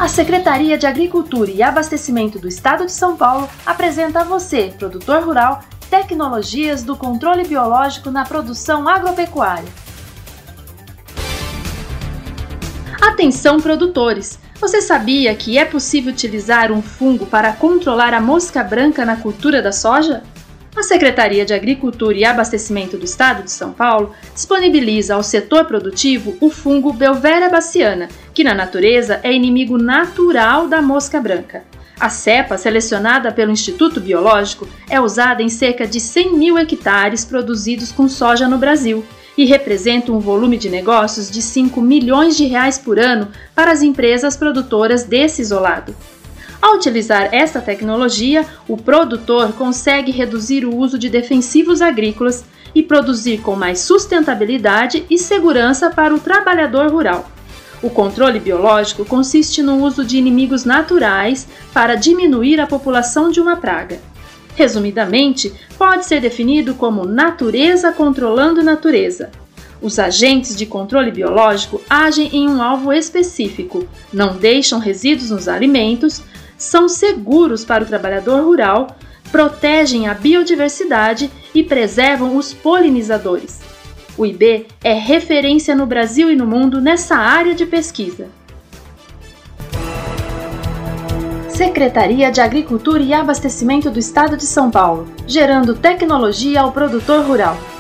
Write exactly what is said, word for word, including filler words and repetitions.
A Secretaria de Agricultura e Abastecimento do Estado de São Paulo apresenta a você, produtor rural, tecnologias do controle biológico na produção agropecuária. Atenção, produtores! Você sabia que é possível utilizar um fungo para controlar a mosca branca na cultura da soja? A Secretaria de Agricultura e Abastecimento do Estado de São Paulo disponibiliza ao setor produtivo o fungo Belvéria bassiana, que na natureza é inimigo natural da mosca branca. A cepa, selecionada pelo Instituto Biológico, é usada em cerca de cem mil hectares produzidos com soja no Brasil e representa um volume de negócios de cinco milhões de reais por ano para as empresas produtoras desse isolado. Ao utilizar esta tecnologia, o produtor consegue reduzir o uso de defensivos agrícolas e produzir com mais sustentabilidade e segurança para o trabalhador rural. O controle biológico consiste no uso de inimigos naturais para diminuir a população de uma praga. Resumidamente, pode ser definido como natureza controlando natureza. Os agentes de controle biológico agem em um alvo específico, não deixam resíduos nos alimentos, são seguros para o trabalhador rural, protegem a biodiversidade e preservam os polinizadores. O I B é referência no Brasil e no mundo nessa área de pesquisa. Secretaria de Agricultura e Abastecimento do Estado de São Paulo, gerando tecnologia ao produtor rural.